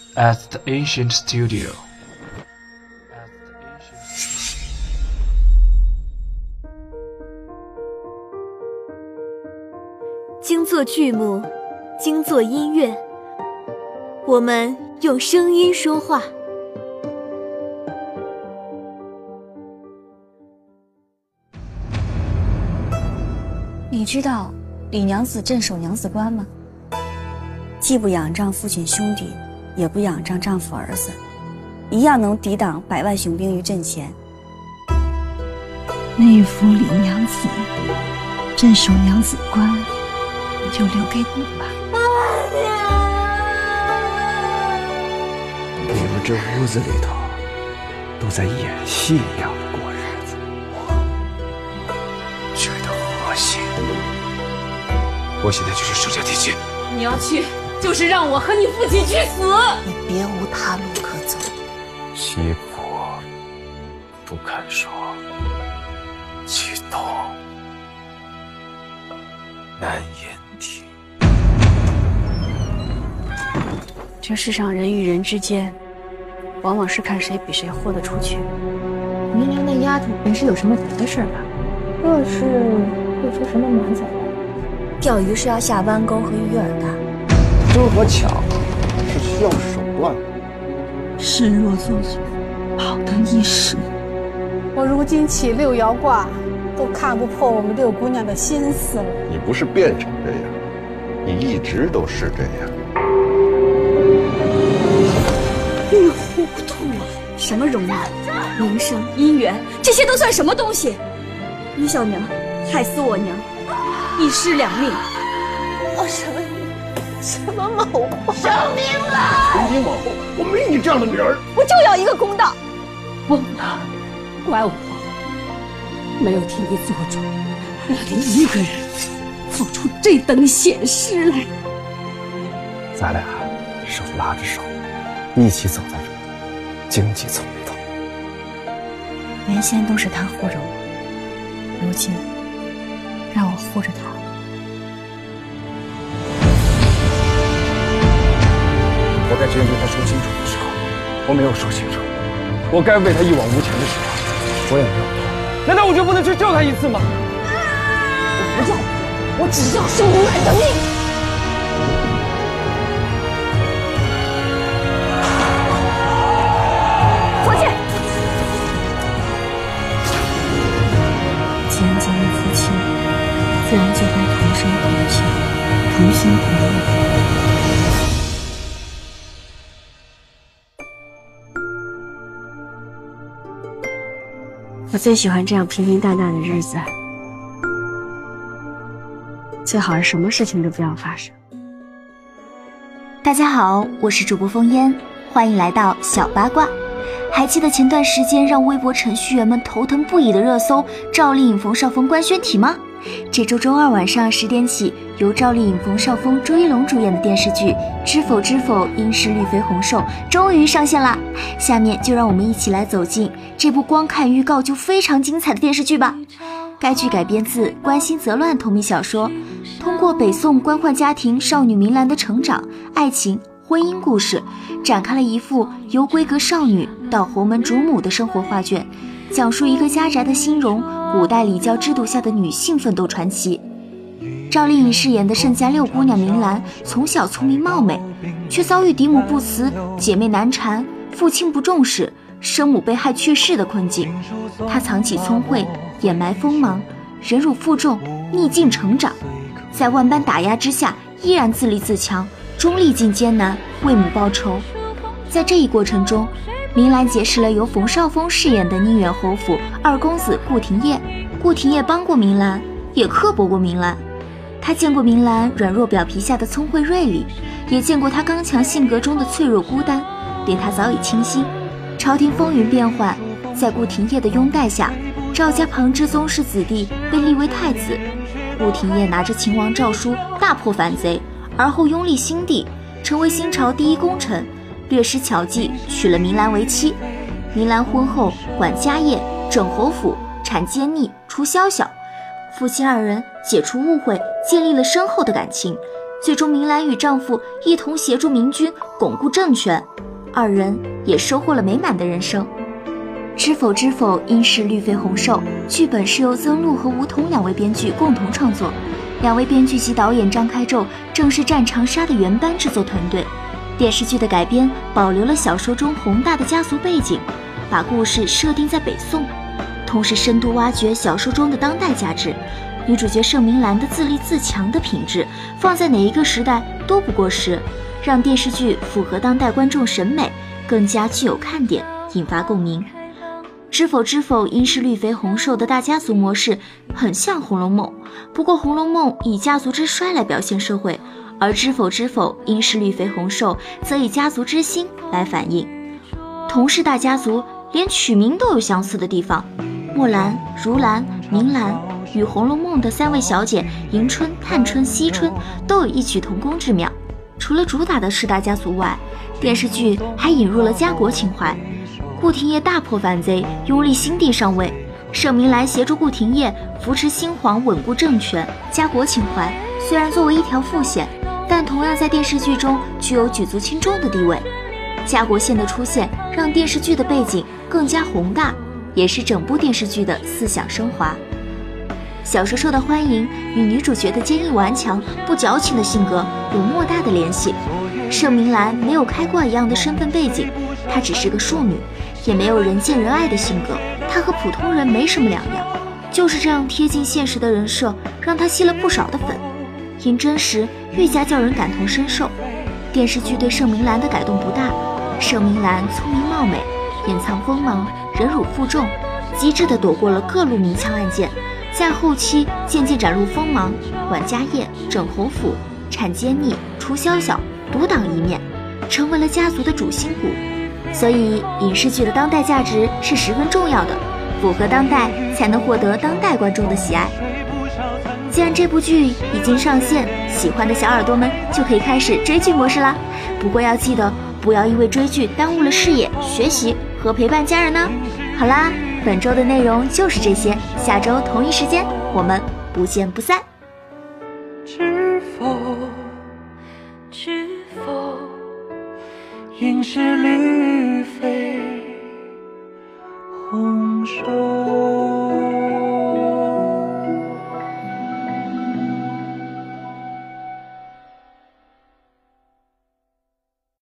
at the ancient studio. 精作剧目，精作音乐，我们用声音说话。 你知道李娘子镇守娘子关吗？既不仰仗父亲兄弟，也不仰仗丈夫儿子，一样能抵挡100万雄兵于阵前。 那幅李娘子镇守娘子关，就留给你吧。 你们这屋子里头都在演戏一样的过日子，我觉得恶心。我现在就是手下提亲。 你要去，就是让我和你父亲去死。 你别无他路可走。 媳妇不肯说，激动难言听。 这世上人与人之间，往往是看谁比谁豁得出去。 明良那丫头本是有什么别的事吧？这是会出什么满载来？ 钓鱼是要下弯钩和鱼饵的， 争和抢是需要手段的。 示弱做作，跑得一时。 我如今起6爻卦，都看不破我们6姑娘的心思了。 你不是变成这样，你一直都是这样。 你糊涂啊！什么荣耀、名声、姻缘，这些都算什么东西？李小娘害死我娘，一尸2命。 我什么毛病？ 生命了！从今往后，我没你这样的女儿。 我就要一个公道。 忘了，怪我没有替你做主，让你一个人做出这等险事来。 咱俩手拉着手，一起走在这荆棘丛里头。 原先都是他护着我，如今让我护着他。 我该针对他说清楚的时候，我没有说清楚；我该为他一往无前的时候，我也没有做。难道我就不能去救他一次吗？ 我不要，我只要生女儿的命。 父亲，既然结为夫妻，自然就该同声同气，同心同意。我最喜欢这样平平淡淡的日子，最好是什么事情都不要发生。 大家好，我是主播风烟，欢迎来到小八卦。还记得前段时间让微博程序员们头疼不已的热搜赵丽颖冯绍峰官宣体吗？这周周二晚上10点起，由赵丽颖冯绍峰朱一龙主演的电视剧《知否知否，应是绿肥红瘦》终于上线啦！下面就让我们一起来走进这部光看预告就非常精彩的电视剧吧。该剧改编自关心则乱同名小说，通过北宋官宦家庭少女明兰的成长、爱情、婚姻故事，展开了一幅由闺阁少女到侯门主母的生活画卷，讲述一个家宅的兴荣，古代礼教制度下的女性奋斗传奇。赵丽颖饰演的盛家6姑娘明兰，从小聪明貌美，却遭遇嫡母不慈、姐妹难缠、父亲不重视、生母被害去世的困境。她藏起聪慧，掩埋锋芒，忍辱负重，逆境成长，在万般打压之下，依然自立自强，终历尽艰难，为母报仇。在这一过程中，明兰结识了由冯绍峰饰演的宁远侯府2公子顾廷烨。顾廷烨帮过明兰，也刻薄过明兰。他见过明兰软弱表皮下的聪慧锐利，也见过她刚强性格中的脆弱孤单，对她早已倾心。朝廷风云变幻，在顾廷烨的拥戴下，赵家旁支宗室子弟被立为太子。顾廷烨拿着秦王诏书大破反贼，而后拥立新帝，成为新朝第1功臣，略施巧计娶了明兰为妻。明兰婚后管家业，整侯府，产奸逆，除宵小。夫妻2人解除误会，建立了深厚的感情， 最终明兰与丈夫一同协助明君巩固政权，二人也收获了美满的人生。知否知否，应是绿肥红瘦。剧本是由曾路和吴桐两位编剧共同创作，两位编剧及导演张开宙正是《战长沙》的原班制作团队。电视剧的改编保留了小说中宏大的家族背景，把故事设定在北宋，同时深度挖掘小说中的当代价值。女主角盛明兰的自立自强的品质，放在哪一个时代都不过时，让电视剧符合当代观众审美，更加具有看点，引发共鸣。知否知否，应是绿肥红瘦的大家族模式很像《红楼梦》，不过《红楼梦》以家族之衰来表现社会，而知否知否，应是绿肥红瘦则以家族之兴来反映。同是大家族，连取名都有相似的地方。墨兰、如兰、明兰与《红楼梦》的三位小姐迎春、探春、惜春都有异曲同工之妙。除了主打的是大家族外，电视剧还引入了家国情怀。顾廷烨大破反贼，拥立新帝上位，盛明兰协助顾廷烨扶持新皇，稳固政权。家国情怀虽然作为一条副线，但同样在电视剧中具有举足轻重的地位。家国线的出现让电视剧的背景更加宏大，也是整部电视剧的思想升华。小说受到欢迎与女主角的坚毅顽强、不矫情的性格有莫大的联系。盛明兰没有开挂一样的身份背景，她只是个庶女，也没有人见人爱的性格，她和普通人没什么两样。就是这样贴近现实的人设，让她吸了不少的粉，因真实愈加叫人感同身受。电视剧对盛明兰的改动不大，盛明兰聪明貌美，掩藏锋芒，忍辱负重，机智地躲过了各路明枪暗箭，在后期渐渐展露锋芒，管家业、整侯府、铲奸逆、除宵小、独挡一面，成为了家族的主心骨。所以影视剧的当代价值是十分重要的，符合当代才能获得当代观众的喜爱。既然这部剧已经上线，喜欢的小耳朵们就可以开始追剧模式啦。不过要记得不要因为追剧耽误了事业、学习和陪伴家人呢。好啦，本周的内容就是这些，下周同一时间我们不见不散。 知否知否，应是绿肥